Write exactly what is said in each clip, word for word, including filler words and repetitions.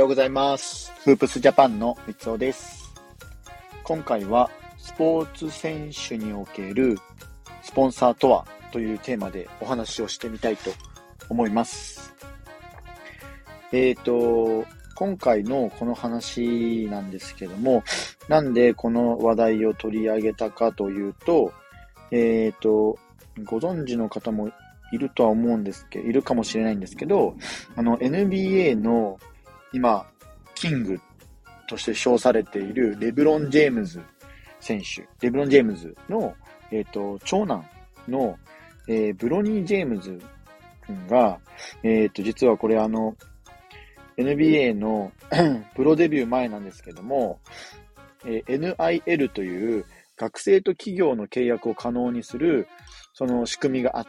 ございます。フープスジャパンのみつおです。今回はスポーツ選手におけるスポンサーとはというテーマでお話をしてみたいと思います。えーと、今回のこの話なんですけども、なんでこの話題を取り上げたかというと、えーと、ご存知の方もいるとは思うんですけど、いるかもしれないんですけど、あの エヌビーエー の今、キングとして称されているレブロン・ジェームズ選手、レブロン・ジェームズの、えーと、長男の、えー、ブロニー・ジェームズ君が、えーと、実はこれあの、エヌビーエー のプロデビュー前なんですけども、えー、エヌアイエル という学生と企業の契約を可能にするその仕組みがあって、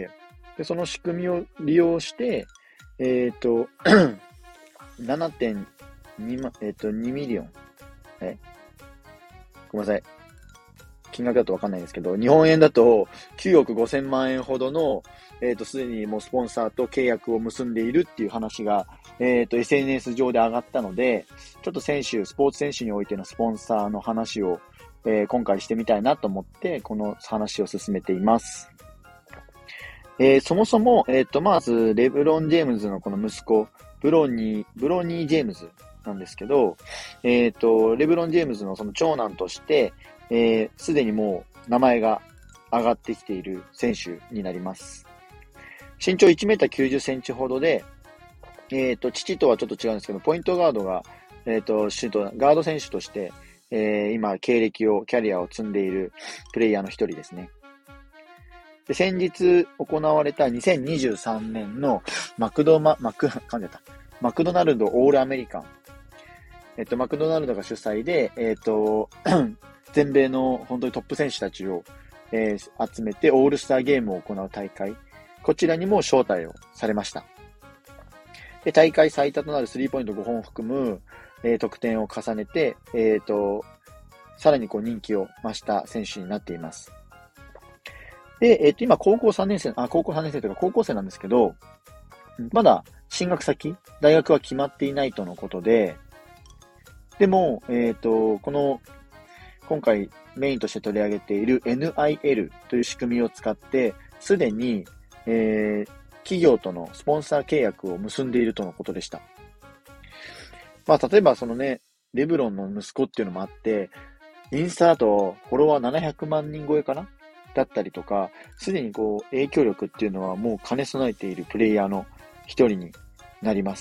でその仕組みを利用して、えっと、ななてんに えっと、にミリオン。えごめんなさい。金額だとわかんないんですけど、日本円だときゅうおくごせんまん円ほどの、えっと、すでにもうスポンサーと契約を結んでいるっていう話が、えっと、エスエヌエス 上で上がったので、ちょっと選手、スポーツ選手においてのスポンサーの話を、えー、今回してみたいなと思って、この話を進めています。えー、そもそも、えっと、まず、レブロン・ジェームズのこの息子、ブロニー、ブロニー・ジェームズなんですけど、えっと、レブロン・ジェームズのその長男として、えー、すでにもう名前が上がってきている選手になります。身長いちメートルきゅうじゅっセンチほどで、えっと、父とはちょっと違うんですけど、ポイントガードが、えっと、シュート、ガード選手として、えー、今、経歴を、キャリアを積んでいるプレイヤーの一人ですね。で、先日行われたにせんにじゅうさんねんのマクドマ、マク、噛んでた。マクドナルドオールアメリカン。えっと、マクドナルドが主催で、えっと、全米の本当にトップ選手たちを、えー、集めてオールスターゲームを行う大会。こちらにも招待をされました。で、大会最多となるスリーポイントごほんを含む、えー、得点を重ねて、えっと、さらにこう人気を増した選手になっています。で、えっと、今、高校さんねん生、あ、高校さんねん生というか高校生なんですけど、まだ進学先、大学は決まっていないとのことで、でも、えっと、この、今回メインとして取り上げている エヌアイエル という仕組みを使って、すでに、えー、企業とのスポンサー契約を結んでいるとのことでした。まあ、例えばそのね、レブロンの息子っていうのもあって、インスタだとフォロワーななひゃくまんにん超えかなだったりとか、すでにこう影響力っていうのはもう兼ね備えているプレイヤーの一人になります。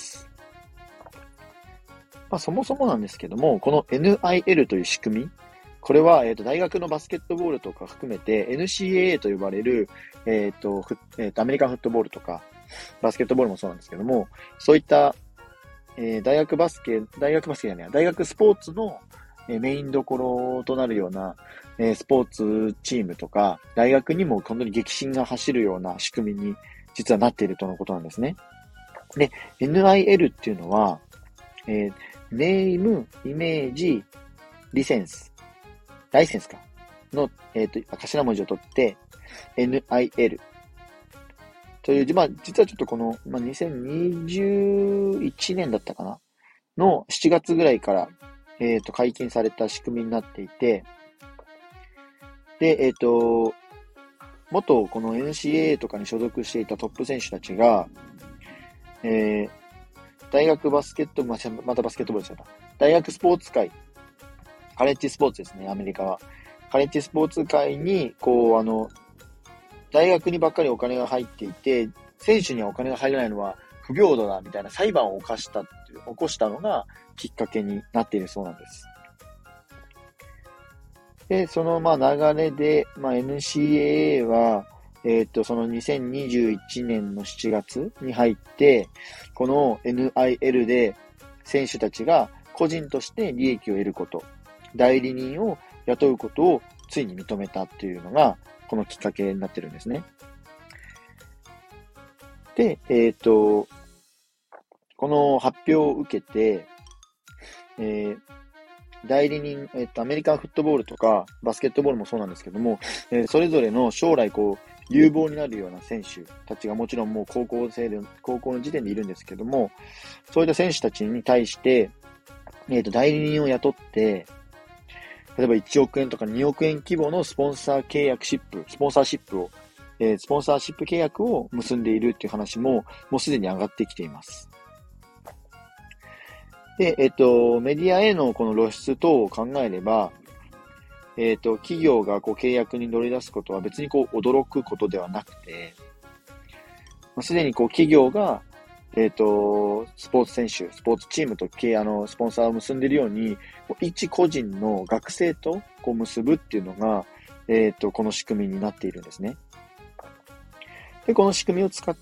まあ、そもそもなんですけども、この エヌアイエル という仕組み、これは、えっと、大学のバスケットボールとか含めて エヌシーエーエー と呼ばれる、えっと、えっと、アメリカンフットボールとか、バスケットボールもそうなんですけども、そういった、えー、大学バスケ、大学バスケじゃない、大学スポーツのメインどころとなるような、えー、スポーツチームとか、大学にも本当に激震が走るような仕組みに実はなっているとのことなんですね。で、エヌアイエル っていうのは、えー、ネーム、イメージ、リセンス、ライセンスかの、えっと、頭文字を取って、エヌアイエル という、まあ、実はちょっとこの、まあ、にせんにじゅういちねんだったかなのしちがつぐらいから、えっと、解禁された仕組みになっていて、で、えっと、元この エヌシーエーエー とかに所属していたトップ選手たちが、えー、大学バスケット、またバスケットボールですよ。大学スポーツ界、カレッジスポーツですね、アメリカは。カレッジスポーツ界に、こう、あの、大学にばっかりお金が入っていて、選手にはお金が入らないのは不平等だみたいな裁判を起こしたっていう、起こしたのがきっかけになっているそうなんです。で、そのまあ流れで、まあ、エヌシーエーエー は、えっと、そのにせんにじゅういちねんのしちがつに入って、この エヌアイエル で選手たちが個人として利益を得ること、代理人を雇うことをついに認めたっていうのが、このきっかけになってるんですね。で、えっと、この発表を受けて、えー代理人、えっと、アメリカンフットボールとか、バスケットボールもそうなんですけども、えー、それぞれの将来、こう、 有望になるような選手たちがもちろんもう高校生で、高校の時点でいるんですけども、そういった選手たちに対して、えっと、代理人を雇って、例えばいちおくえんとかにおくえん規模のスポンサー契約シップ、スポンサーシップを、えー、スポンサーシップ契約を結んでいるっていう話も、もうすでに上がってきています。で、えっと、メディアへのこの露出等を考えれば、えっと、企業がこう契約に乗り出すことは別にこう驚くことではなくて、すでにこう企業が、えっと、スポーツ選手、スポーツチームと契あの、スポンサーを結んでいるように、一個人の学生とこう結ぶっていうのが、えっと、この仕組みになっているんですね。で、この仕組みを使って、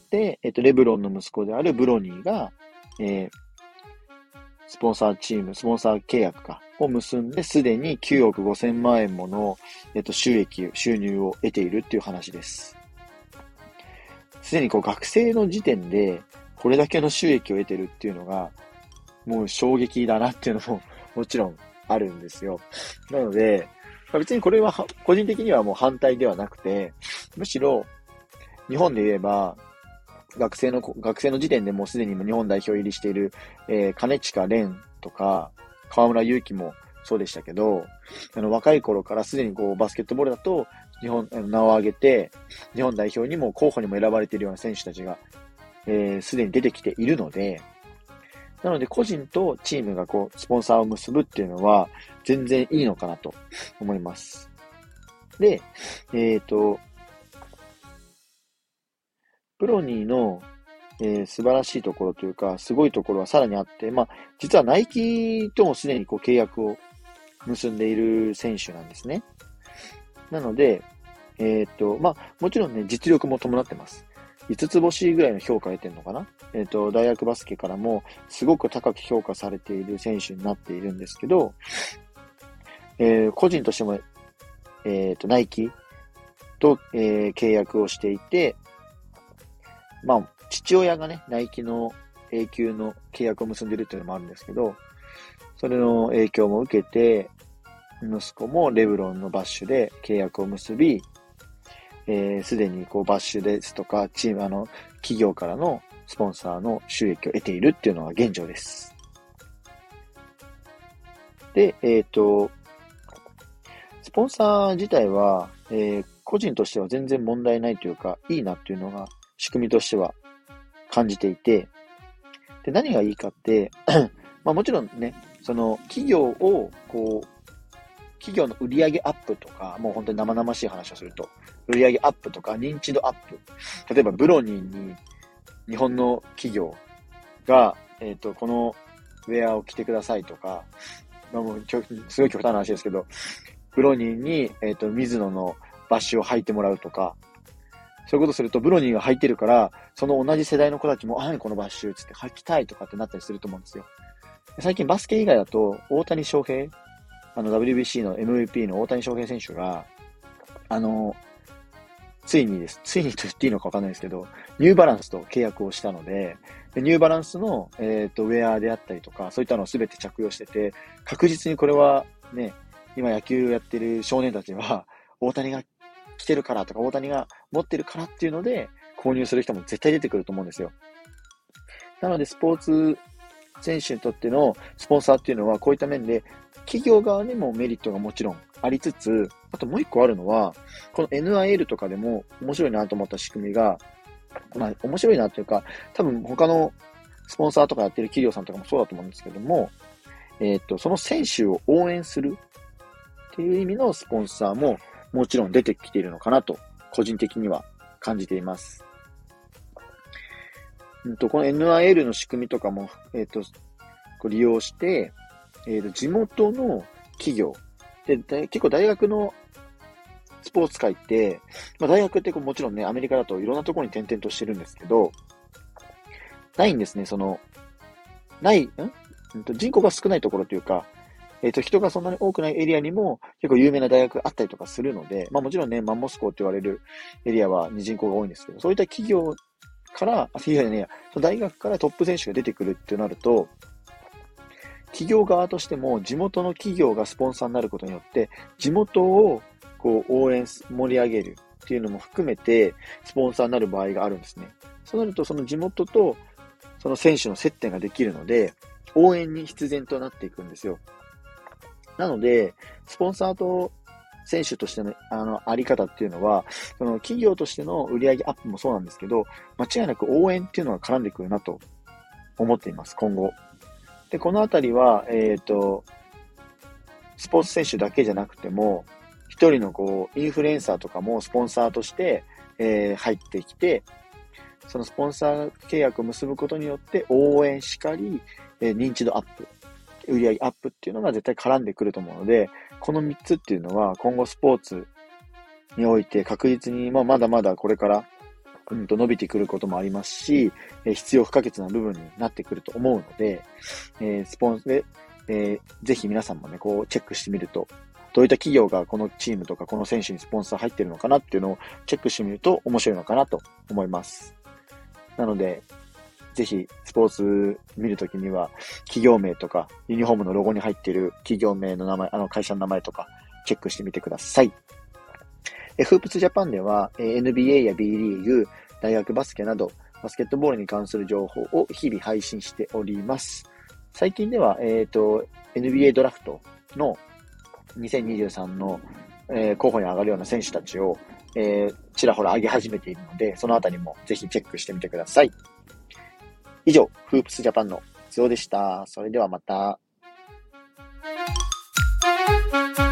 えっと、レブロンの息子であるブロニーが、えー、スポンサーチーム、スポンサー契約か、を結んで、すでにきゅうおくごせんまんえんもの、えっと、収益、収入を得ているっていう話です。すでにこう学生の時点で、これだけの収益を得てるっていうのが、もう衝撃だなっていうのも、もちろんあるんですよ。なので、別にこれは個人的にはもう反対ではなくて、むしろ、日本で言えば、学生の、学生の時点でもうすでに日本代表入りしている、えー、金近蓮とか、河村勇輝もそうでしたけど、あの、若い頃からすでにこう、バスケットボールだと、日本、名を挙げて、日本代表にも候補にも選ばれているような選手たちが、えー、すでに出てきているので、なので個人とチームがこう、スポンサーを結ぶっていうのは、全然いいのかなと思います。で、えっと、プロニーの、えー、素晴らしいところというか、すごいところはさらにあって、まあ、実はナイキともすでにこう契約を結んでいる選手なんですね。なので、えっと、まあ、もちろんね、実力も伴ってます。いつつ星ぐらいの評価を得てるのかな。えっと、大学バスケからもすごく高く評価されている選手になっているんですけど、えー、個人としても、えっと、ナイキと、えー、契約をしていて、まあ、父親がね、ナイキの永久の契約を結んでいるっていうのもあるんですけど、それの影響も受けて、息子もレブロンのバッシュで契約を結び、す、えー、で、にこうバッシュですとか、チーム、あの、企業からのスポンサーの収益を得ているっていうのが現状です。で、えっと、スポンサー自体は、えー、個人としては全然問題ないというか、いいなっていうのが仕組みとしては感じていて、で、何がいいかって、まあもちろんね、その企業を、こう、企業の売上アップとか、もう本当に生々しい話をすると、売上アップとか認知度アップ。例えばブロニーに日本の企業が、えっと、このウェアを着てくださいとか、まあもうすごい極端な話ですけど、ブロニーに、えっと、水野のバッシュを履いてもらうとか、そういうことすると、ブロニーが履いてるから、その同じ世代の子たちも、あ、何このバッシュつって履きたいとかってなったりすると思うんですよ。最近バスケ以外だと、大谷翔平、あの ダブリュービーシー の エムブイピー の大谷翔平選手が、あの、ついにです。ついにと言っていいのかわかんないですけど、ニューバランスと契約をしたので、でニューバランスの、えっと、ウェアであったりとか、そういったのをすべて着用してて、確実にこれはね、今野球やってる少年たちは、大谷が来てるからとか、大谷が持ってるからっていうので、購入する人も絶対出てくると思うんですよ。なので、スポーツ選手にとってのスポンサーっていうのは、こういった面で、企業側にもメリットがもちろんありつつ、あともう一個あるのは、この エヌアイエル とかでも面白いなと思った仕組みが、まあ面白いなというか、多分他のスポンサーとかやってる企業さんとかもそうだと思うんですけども、えっと、その選手を応援するっていう意味のスポンサーももちろん出てきているのかなと、個人的には感じています。うんと、この エヌアイエル の仕組みとかも、えっと、こう利用して、えっと、地元の企業で、結構大学のスポーツ界って、まあ大学ってもちろんね、アメリカだといろんなところに転々としてるんですけど、ないんですね、その、ない、ん人口が少ないところというか、えっと、人がそんなに多くないエリアにも結構有名な大学があったりとかするので、まあもちろんね、マンモス校って言われるエリアは人口が多いんですけど、そういった企業から、あ、企業じゃねえや、その大学からトップ選手が出てくるってなると、企業側としても地元の企業がスポンサーになることによって、地元をこう応援、盛り上げるっっていうのも含めて、スポンサーになる場合があるんですね。そうなると、その地元と、その選手の接点ができるので、応援に必然となっていくんですよ。なので、スポンサーと選手としての、あの、あり方っていうのは、その企業としての売上アップもそうなんですけど、間違いなく応援っていうのが絡んでくるなと思っています、今後。で、このあたりは、えっと、スポーツ選手だけじゃなくても、一人のこう、インフルエンサーとかもスポンサーとして、えー入ってきて、そのスポンサー契約を結ぶことによって応援しかり、えー認知度アップ、売上アップっていうのが絶対絡んでくると思うので、このみっつっていうのは今後スポーツにおいて確実に、まあ、まだまだこれから、うんと伸びてくることもありますし、えー必要不可欠な部分になってくると思うので、えースポンで、えーぜひ皆さんもね、こうチェックしてみると、どういった企業がこのチームとかこの選手にスポンサー入ってるのかなっていうのをチェックしてみると面白いのかなと思います。なので、ぜひスポーツ見るときには企業名とかユニフォームのロゴに入っている企業名の名前、あの会社の名前とかチェックしてみてください。えフープスジャパンではえ エヌビーエー や B リーグ、大学バスケなどバスケットボールに関する情報を日々配信しております。最近では、えっと、エヌビーエー ドラフトのにせんにじゅうさんの、えー候補に上がるような選手たちを、えーちらほら上げ始めているので、そのあたりもぜひチェックしてみてください。以上、フープスジャパンのつおでした。それではまた。